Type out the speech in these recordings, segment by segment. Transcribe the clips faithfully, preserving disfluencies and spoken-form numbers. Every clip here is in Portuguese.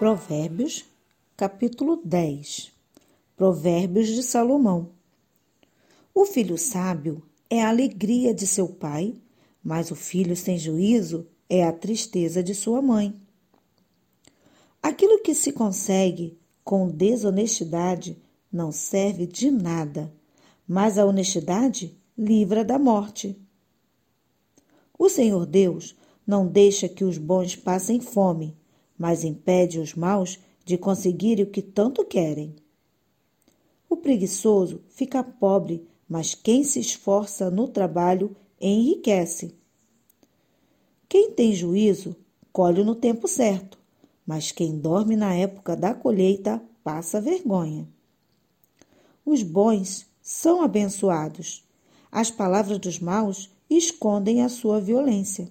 Provérbios, capítulo dez. Provérbios de Salomão. O filho sábio é a alegria de seu pai, mas o filho sem juízo é a tristeza de sua mãe. Aquilo que se consegue com desonestidade não serve de nada, mas a honestidade livra da morte. O Senhor Deus não deixa que os bons passem fome, mas impede os maus de conseguirem o que tanto querem. O preguiçoso fica pobre, mas quem se esforça no trabalho enriquece. Quem tem juízo colhe no tempo certo, mas quem dorme na época da colheita passa vergonha. Os bons são abençoados. As palavras dos maus escondem a sua violência.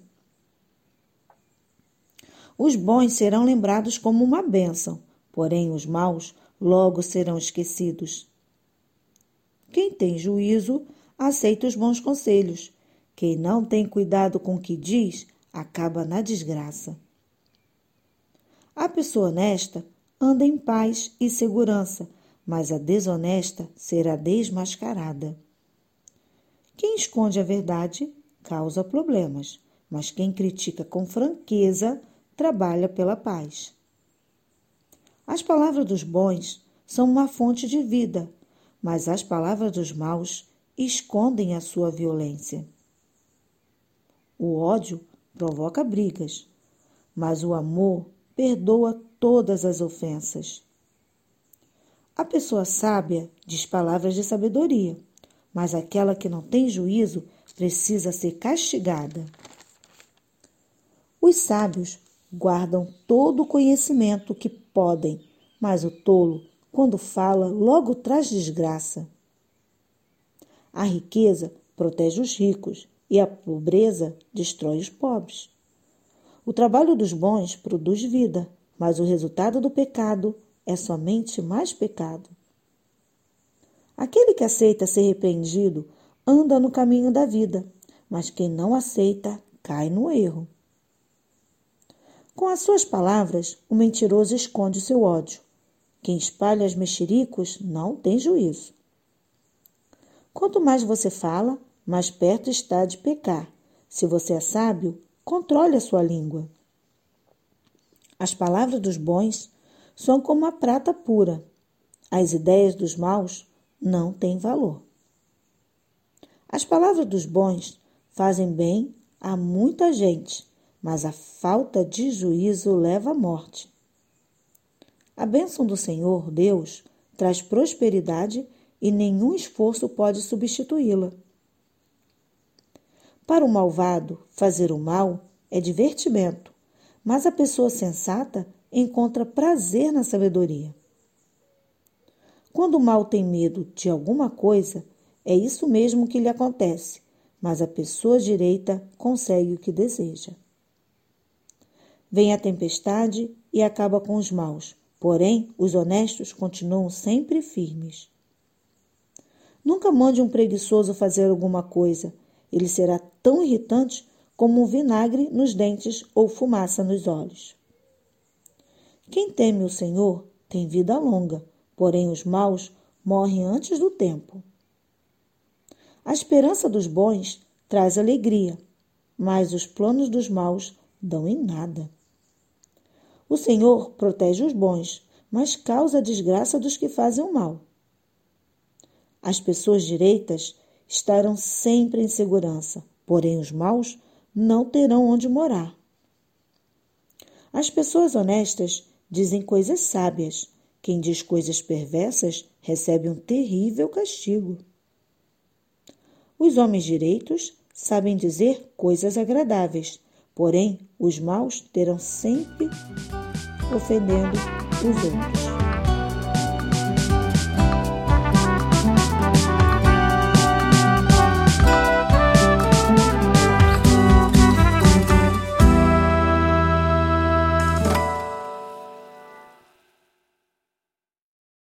Os bons serão lembrados como uma bênção, porém os maus logo serão esquecidos. Quem tem juízo aceita os bons conselhos. Quem não tem cuidado com o que diz acaba na desgraça. A pessoa honesta anda em paz e segurança, mas a desonesta será desmascarada. Quem esconde a verdade causa problemas, mas quem critica com franqueza trabalha pela paz. As palavras dos bons são uma fonte de vida, mas as palavras dos maus escondem a sua violência. O ódio provoca brigas, mas o amor perdoa todas as ofensas. A pessoa sábia diz palavras de sabedoria, mas aquela que não tem juízo precisa ser castigada. Os sábios guardam todo o conhecimento que podem, mas o tolo, quando fala, logo traz desgraça. A riqueza protege os ricos e a pobreza destrói os pobres. O trabalho dos bons produz vida, mas o resultado do pecado é somente mais pecado. Aquele que aceita ser repreendido anda no caminho da vida, mas quem não aceita cai no erro. Com as suas palavras, o mentiroso esconde o seu ódio. Quem espalha as mexericos não tem juízo. Quanto mais você fala, mais perto está de pecar. Se você é sábio, controle a sua língua. As palavras dos bons são como a prata pura. As ideias dos maus não têm valor. As palavras dos bons fazem bem a muita gente, mas a falta de juízo leva à morte. A bênção do Senhor, Deus, traz prosperidade e nenhum esforço pode substituí-la. Para o malvado, fazer o mal é divertimento, mas a pessoa sensata encontra prazer na sabedoria. Quando o mal tem medo de alguma coisa, é isso mesmo que lhe acontece, mas a pessoa direita consegue o que deseja. Vem a tempestade e acaba com os maus, porém os honestos continuam sempre firmes. Nunca mande um preguiçoso fazer alguma coisa, ele será tão irritante como um vinagre nos dentes ou fumaça nos olhos. Quem teme o Senhor tem vida longa, porém os maus morrem antes do tempo. A esperança dos bons traz alegria, mas os planos dos maus dão em nada. O Senhor protege os bons, mas causa a desgraça dos que fazem o mal. As pessoas direitas estarão sempre em segurança, porém os maus não terão onde morar. As pessoas honestas dizem coisas sábias. Quem diz coisas perversas recebe um terrível castigo. Os homens direitos sabem dizer coisas agradáveis, porém os maus terão sempre ofendendo os outros.